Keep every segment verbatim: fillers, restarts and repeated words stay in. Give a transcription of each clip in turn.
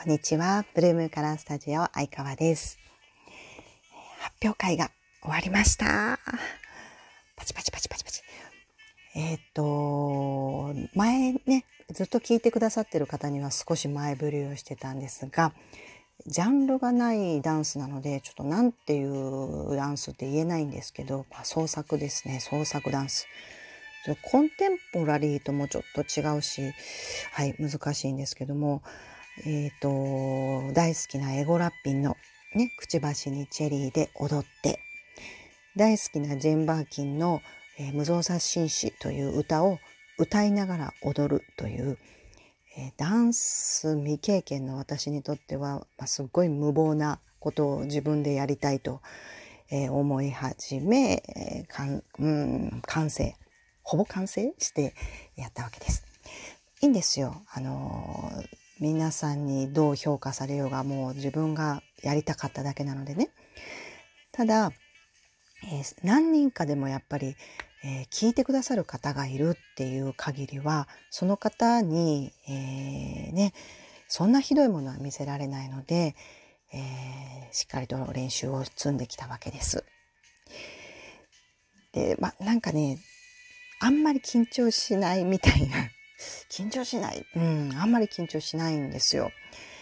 こんにちは。ブルームカラースタジオ相川です。発表会が終わりました。パチパチパチパチパチ。えっと、前ね、ずっと聞いてくださってる方には少し前振りをしてたんですが、ジャンルがないダンスなので、ちょっとなんていうダンスって言えないんですけど、まあ、創作ですね。創作ダンス。コンテンポラリーともちょっと違うし、はい、難しいんですけども、えっと、大好きなエゴラッピンのね、くちばしにチェリーで踊って、大好きなジェーン・バーキンの、えー、無造作紳士という歌を歌いながら踊るという、えー、ダンス未経験の私にとっては、まあ、すっごい無謀なことを自分でやりたいと、えー、思い始め、えーかんうん、完成、ほぼ完成してやったわけです。いいんですよ。あのー、皆さんにどう評価されようがもう自分がやりたかっただけなのでね。ただ、えー、何人かでもやっぱり、えー、聞いてくださる方がいるっていう限りは、その方に、えー、ね、そんなひどいものは見せられないので、えー、しっかりと練習を積んできたわけです。で、ま、なんかね、あんまり緊張しないみたいな。緊張しない。うん、あんまり緊張しないんですよ。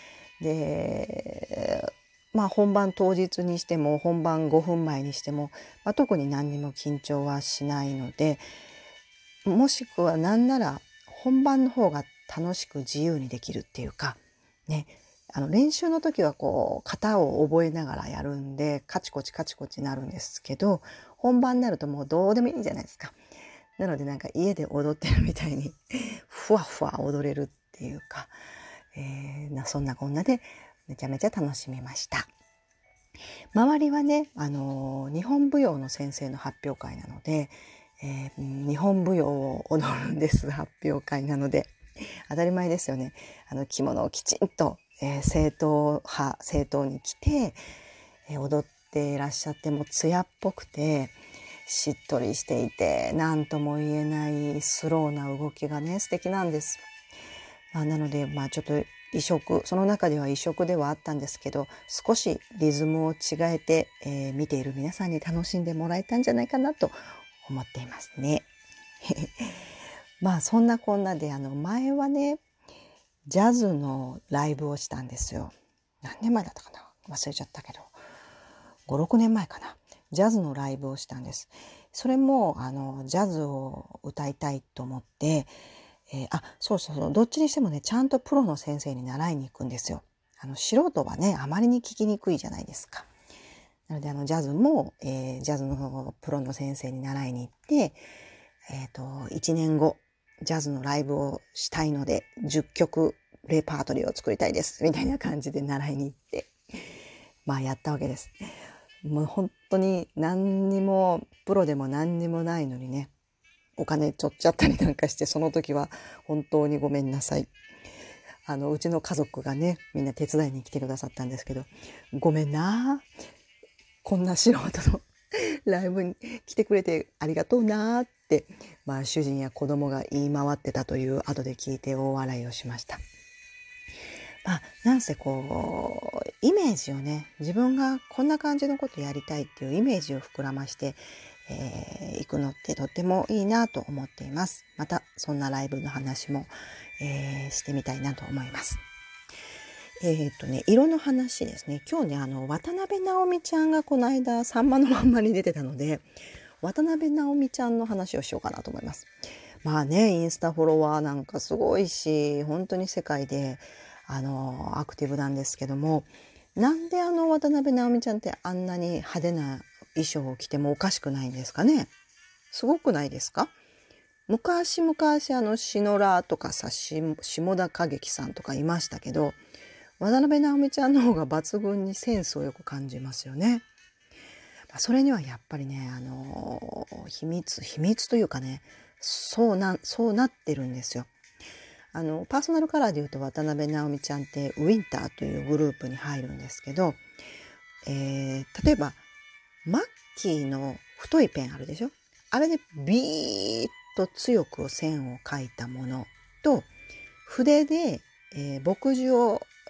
で、まあ本番当日にしても、本番ごふんまえにしても、まあ、特に何にも緊張はしないので、もしくは何なら本番の方が楽しく自由にできるっていうか、ね、あの練習の時はこう型を覚えながらやるんで、カチコチカチコチなるんですけど、本番になるともうどうでもいいじゃないですか。なのでなんか家で踊ってるみたいにふわふわ踊れるっていうか、えー、そんなこんなでめちゃめちゃ楽しみました。周りはね、あのー、日本舞踊の先生の発表会なので、えー、日本舞踊を踊るんです。発表会なので。当たり前ですよね。あの着物をきちんと、えー、正統派、正統に着て、えー、踊っていらっしゃっても艶っぽくて、しっとりしていて、何とも言えないスローな動きがね、素敵なんです。まあ、なので、まあちょっと異色、その中では異色ではあったんですけど、少しリズムを違えて、えー、見ている皆さんに楽しんでもらえたんじゃないかなと思っていますね。まあそんなこんなで、あの前はね、ジャズのライブをしたんですよ。何年前だったかな、忘れちゃったけど。ご、ろくねんまえかな。ジャズのライブをしたんです。それも、あの、ジャズを歌いたいと思って、えー、あ、そうそうそう、どっちにしてもね、ちゃんとプロの先生に習いに行くんですよ。あの、素人はね、あまりに聞きにくいじゃないですか。なので、あの、ジャズも、えー、ジャズのプロの先生に習いに行って、えっと、いちねんご、ジャズのライブをしたいので、じゅっきょくレパートリーを作りたいです。みたいな感じで習いに行って、まあ、やったわけです。もう本当に何にも、プロでも何にもないのにね、お金取っちゃったりなんかして、その時は本当にごめんなさい。あの、うちの家族がね、みんな手伝いに来てくださったんですけど、ごめんな。こんな素人のライブに来てくれてありがとうなって、まあ主人や子供が言い回ってたという後で聞いて大笑いをしました。まあ、なんせこう、イメージをね、自分がこんな感じのことやりたいっていうイメージを膨らまして、えー、行くのってとってもいいなと思っています。また、そんなライブの話も、えー、してみたいなと思います。えっとね、色の話ですね。今日ね、あの、渡辺直美ちゃんがこの間、さんまのまんまに出てたので、渡辺直美ちゃんの話をしようかなと思います。まあね、インスタフォロワーなんかすごいし、本当に世界で、あの、アクティブなんですけども、なんであの渡辺直美ちゃんってあんなに派手な衣装を着てもおかしくないんですかね。すごくないですか？昔々あの、シノラーとかさ、下田景樹さんとかいましたけど、渡辺直美ちゃんの方が抜群にセンスをよく感じますよね。それにはやっぱりね、あのー、秘密、秘密というかね、そうな、そうなってるんですよ。あの、パーソナルカラーで言うと渡辺直美ちゃんってウィンターというグループに入るんですけど、えー、例えば、マッキーの太いペンあるでしょ？あれでビーッと強く線を描いたものと、筆で、えー、墨汁を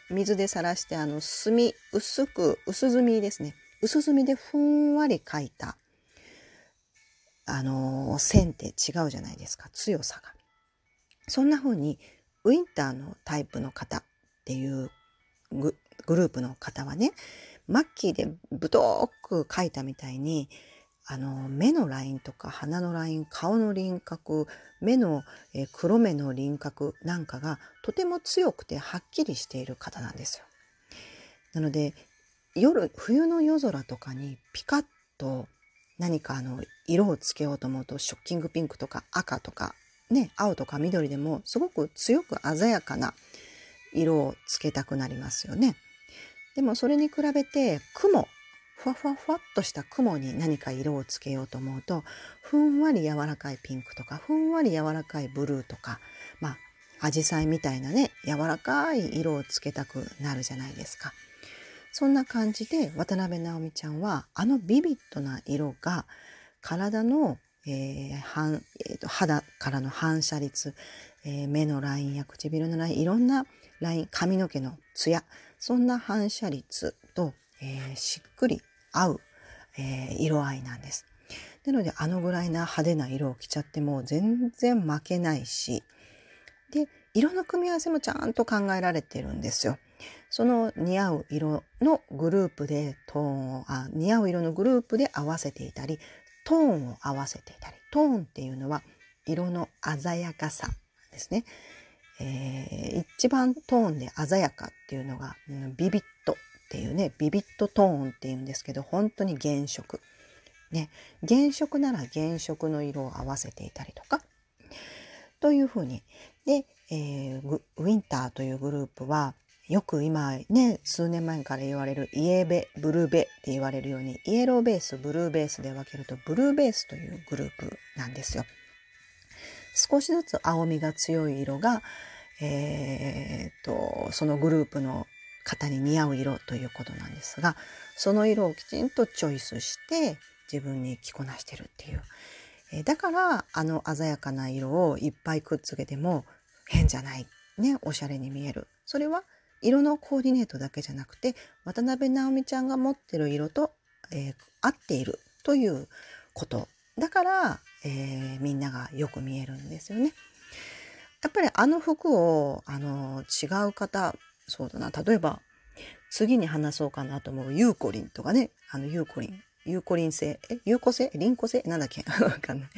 水でさらして、あの墨、薄く薄墨ですね、薄墨でふんわり描いたあのー線って違うじゃないですか、強さが。そんな風にウィンターのタイプの方っていうグ、グループの方はね、マッキーで太く描いたみたいに、あの目のラインとか鼻のライン、顔の輪郭、目のえー黒目の輪郭なんかがとても強くてはっきりしている方なんですよ。なので夜、冬の夜空とかにピカッと何かあの色をつけようと思うと、ショッキングピンクとか赤とかね、青とか緑でもすごく強く鮮やかな色をつけたくなりますよね。でもそれに比べて雲、ふわふわふわっとした雲に何か色をつけようと思うと、ふんわり柔らかいピンクとか、ふんわり柔らかいブルーとか、まあアジサイみたいなね、柔らかい色をつけたくなるじゃないですか。そんな感じで渡辺直美ちゃんは、あのビビッドな色が体の、えー反えーと肌からの反射率、えー目のラインや唇のライン、いろんなライン、髪の毛のツヤ、そんな反射率と、えーしっくり合う、えー色合いなんです。なのであのぐらいな派手な色を着ちゃっても全然負けないし、で色の組み合わせもちゃんと考えられてるんですよ。その似合う色のグループでトーンをあ似合う色のグループで合わせていたり、トーンを合わせていたり、トーンっていうのは色の鮮やかさですね。えー一番トーンで鮮やかっていうのが、うん、ビビットっていうね、ビビットトーンっていうんですけど、本当に原色ね、原色なら原色の色を合わせていたりとかというふうにで、えーグウィンターというグループはよく今ね、数年前から言われるイエベ、ブルーベって言われるように、イエローベース、ブルーベースで分けるとブルーベースというグループなんですよ。少しずつ青みが強い色が、えー、とそのグループの方に似合う色ということなんですが、その色をきちんとチョイスして自分に着こなしてるっていう、えーだからあの鮮やかな色をいっぱいくっつけても変じゃない、ね、おしゃれに見える。それは色のコーディネートだけじゃなくて、渡辺直美ちゃんが持ってる色と、えー合っているということだから、えーみんながよく見えるんですよね。やっぱりあの服をあの違う方、そうだな、例えば次に話そうかなと思うユーコリンとかね、あのユーコリン、ユーコリン製、え、ユーコ製、リンコ製、なんだっけわかんない。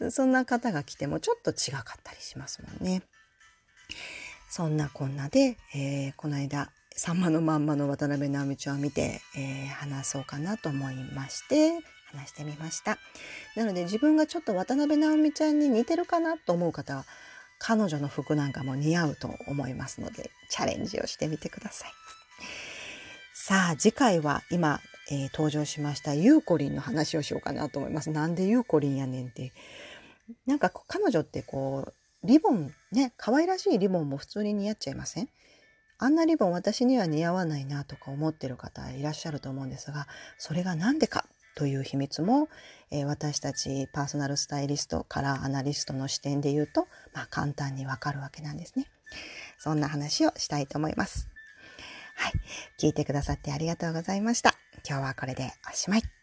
そんな方が着てもちょっと違かったりしますもんね。そんなこんなで、えーこの間、さんまのまんまの渡辺直美ちゃんを見て、えー話そうかなと思いまして、話してみました。なので自分がちょっと渡辺直美ちゃんに似てるかなと思う方は、彼女の服なんかも似合うと思いますので、チャレンジをしてみてください。さあ次回は今、えー登場しましたユーコリンの話をしようかなと思います。なんでユーコリンやねんって。なんかこう彼女ってこう、リボンね、可愛らしいリボンも普通に似合っちゃいません？あんなリボン私には似合わないなとか思ってる方いらっしゃると思うんですが、それがなんでかという秘密も、えー私たちパーソナルスタイリストからアナリストの視点で言うと、まあ簡単にわかるわけなんですね。そんな話をしたいと思います。はい。聞いてくださってありがとうございました。今日はこれでおしまい。